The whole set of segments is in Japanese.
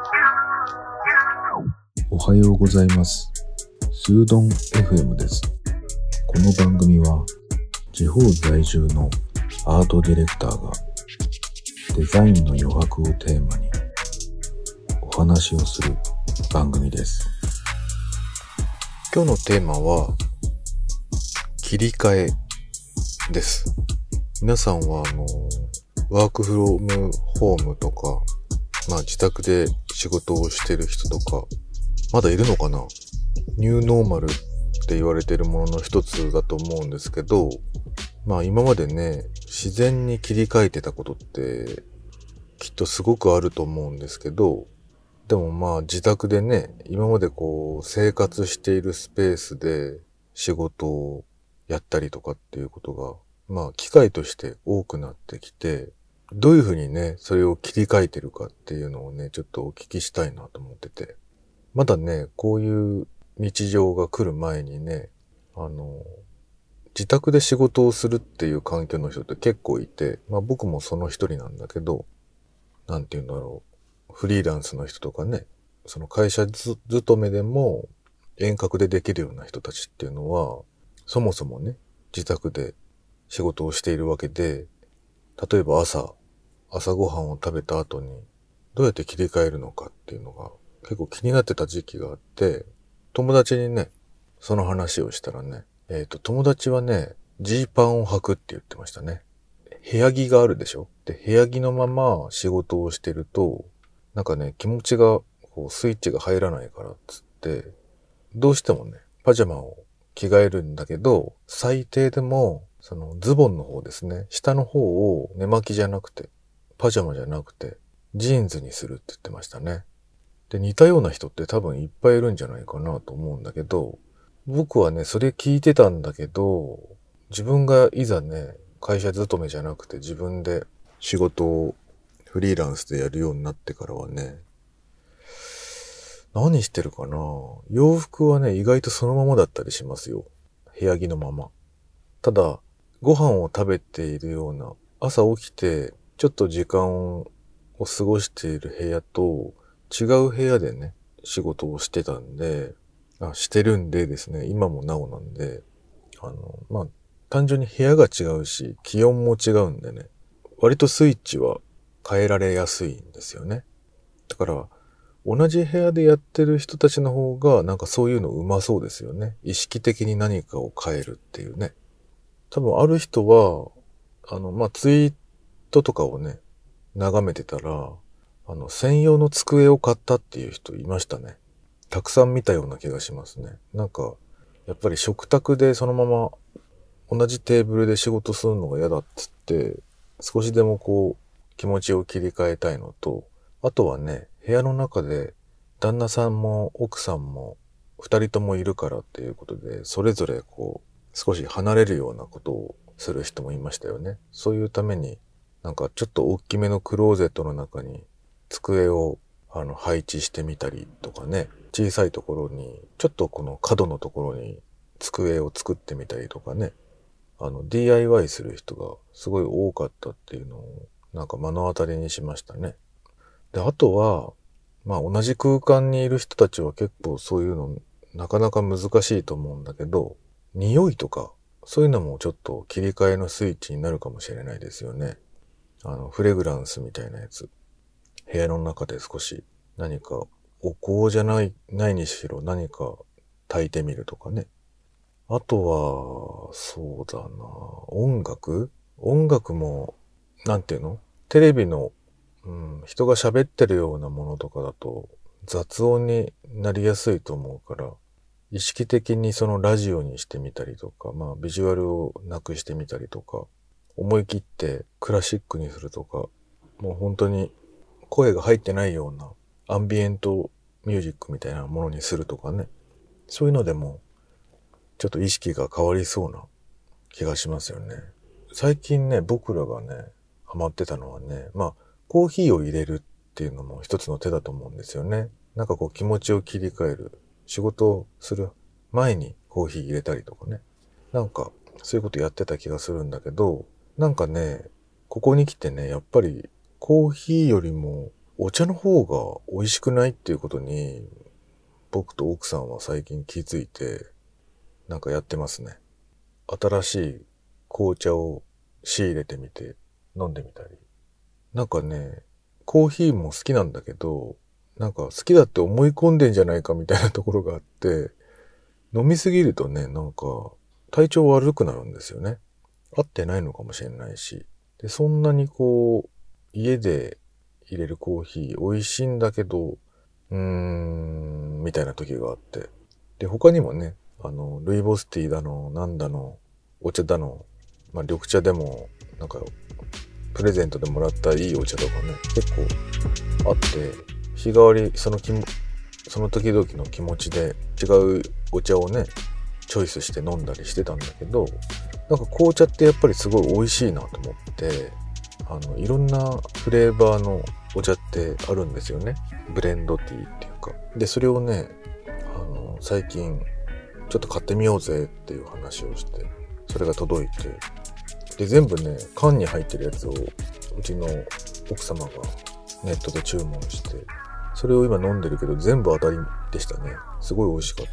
おはようございます。スードン FM です。この番組は地方在住のアートディレクターがデザインの余白をテーマにお話をする番組です。今日のテーマは切り替えです。皆さんはワークフロームホームとか、自宅で仕事をしてる人とかまだいるのかな？ニューノーマルって言われているものの一つだと思うんですけど、今までね、自然に切り替えてたことってきっとすごくあると思うんですけど、でも自宅でね、今まで生活しているスペースで仕事をやったりとかっていうことが機会として多くなってきて、どういうふうにね、それを切り替えてるかっていうのをね、ちょっとお聞きしたいなと思ってて。まだね、こういう日常が来る前にね、自宅で仕事をするっていう環境の人って結構いて、僕もその一人なんだけど、フリーランスの人とかね、その会社勤めでも遠隔でできるような人たちっていうのは、そもそもね、自宅で仕事をしているわけで、例えば朝ごはんを食べた後にどうやって切り替えるのかっていうのが結構気になってた時期があって、友達にね、その話をしたらね、友達はね、ジーパンを履くって言ってましたね。部屋着があるでしょ？で、部屋着のまま仕事をしてると、気持ちが、スイッチが入らないからっつって、どうしてもね、パジャマを着替えるんだけど、最低でも、そのズボンの方ですね、下の方を寝巻きじゃなくて、パジャマじゃなくて、ジーンズにするって言ってましたね。で、似たような人って多分いっぱいいるんじゃないかなと思うんだけど、僕はね、それ聞いてたんだけど、自分がいざね、会社勤めじゃなくて自分で仕事をフリーランスでやるようになってからはね、何してるかな？洋服はね、意外とそのままだったりしますよ。部屋着のまま。ただ、ご飯を食べているような、朝起きてちょっと時間を過ごしている部屋と違う部屋でね、仕事をしてたんで、してるんでですね、今もなおなんで、単純に部屋が違うし、気温も違うんでね、割とスイッチは変えられやすいんですよね。だから、同じ部屋でやってる人たちの方がそういうの上手そうですよね。意識的に何かを変えるっていうね。多分ある人は、ツイートとかをね、眺めてたら、専用の机を買ったっていう人いましたね。たくさん見たような気がしますね。やっぱり食卓でそのまま同じテーブルで仕事するのが嫌だっつって、少しでも気持ちを切り替えたいのと、あとはね、部屋の中で旦那さんも奥さんも二人ともいるからっていうことで、それぞれ少し離れるようなことをする人もいましたよね。そういうために、ちょっと大きめのクローゼットの中に机を配置してみたりとかね、小さいところに、ちょっとこの角のところに机を作ってみたりとかね、DIY する人がすごい多かったっていうのを目の当たりにしましたね。で、あとは、同じ空間にいる人たちは結構そういうのなかなか難しいと思うんだけど、匂いとか、そういうのもちょっと切り替えのスイッチになるかもしれないですよね。フレグランスみたいなやつ。部屋の中で少し何かお香じゃないにしろ何か焚いてみるとかね。あとは、そうだな、音楽も、テレビの、人が喋ってるようなものとかだと雑音になりやすいと思うから、意識的にそのラジオにしてみたりとか、ビジュアルをなくしてみたりとか、思い切ってクラシックにするとか、もう本当に声が入ってないようなアンビエントミュージックみたいなものにするとかね。そういうのでもちょっと意識が変わりそうな気がしますよね。最近ね、僕らがね、ハマってたのはね、コーヒーを入れるっていうのも一つの手だと思うんですよね。気持ちを切り替える。仕事をする前にコーヒー入れたりとかね。そういうことやってた気がするんだけど、ここに来てね、やっぱりコーヒーよりもお茶の方が美味しくないっていうことに、僕と奥さんは最近気づいて、なんかやってますね。新しい紅茶を仕入れてみて飲んでみたり。なんかね、コーヒーも好きなんだけど、なんか好きだって思い込んでんじゃないかみたいなところがあって、飲みすぎるとね、なんか体調悪くなるんですよね。合ってないのかもしれないし。で、そんなに家で入れるコーヒー美味しいんだけど、みたいな時があって。で、他にもね、ルイボスティーだの、なんだの、お茶だの、まあ、緑茶でも、なんか、プレゼントでもらったいいお茶とかね、結構あって、日替わり、その時々の気持ちで違うお茶をね、チョイスして飲んだりしてたんだけど、なんか紅茶ってやっぱりすごい美味しいなと思って、いろんなフレーバーのお茶ってあるんですよね。ブレンドティーっていうか。で、それをね、最近、ちょっと買ってみようぜっていう話をして、それが届いて、で、全部ね、缶に入ってるやつを、うちの奥様がネットで注文して、それを今飲んでるけど、全部当たりでしたね。すごい美味しかった。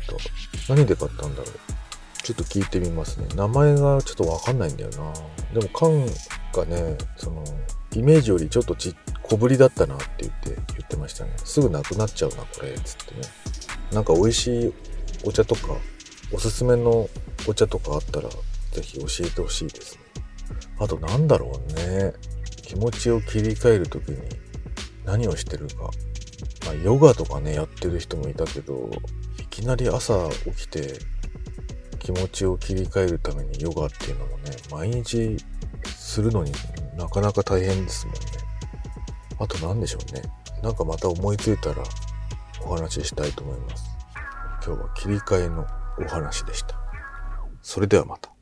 何で買ったんだろう。ちょっと聞いてみますね。名前がちょっとわかんないんだよな。でも缶がね、イメージよりちょっと小ぶりだったなって言ってましたね。すぐなくなっちゃうな、これ、つってね。なんか美味しいお茶とか、おすすめのお茶とかあったら、ぜひ教えてほしいですね。あとなんだろうね。気持ちを切り替えるときに何をしてるか。まあ、ヨガとかね、やってる人もいたけど、いきなり朝起きて気持ちを切り替えるためにヨガっていうのもね、毎日するのになかなか大変ですもんね。あとなんでしょうね。なんかまた思いついたらお話ししたいと思います。今日は切り替えのお話でした。それではまた。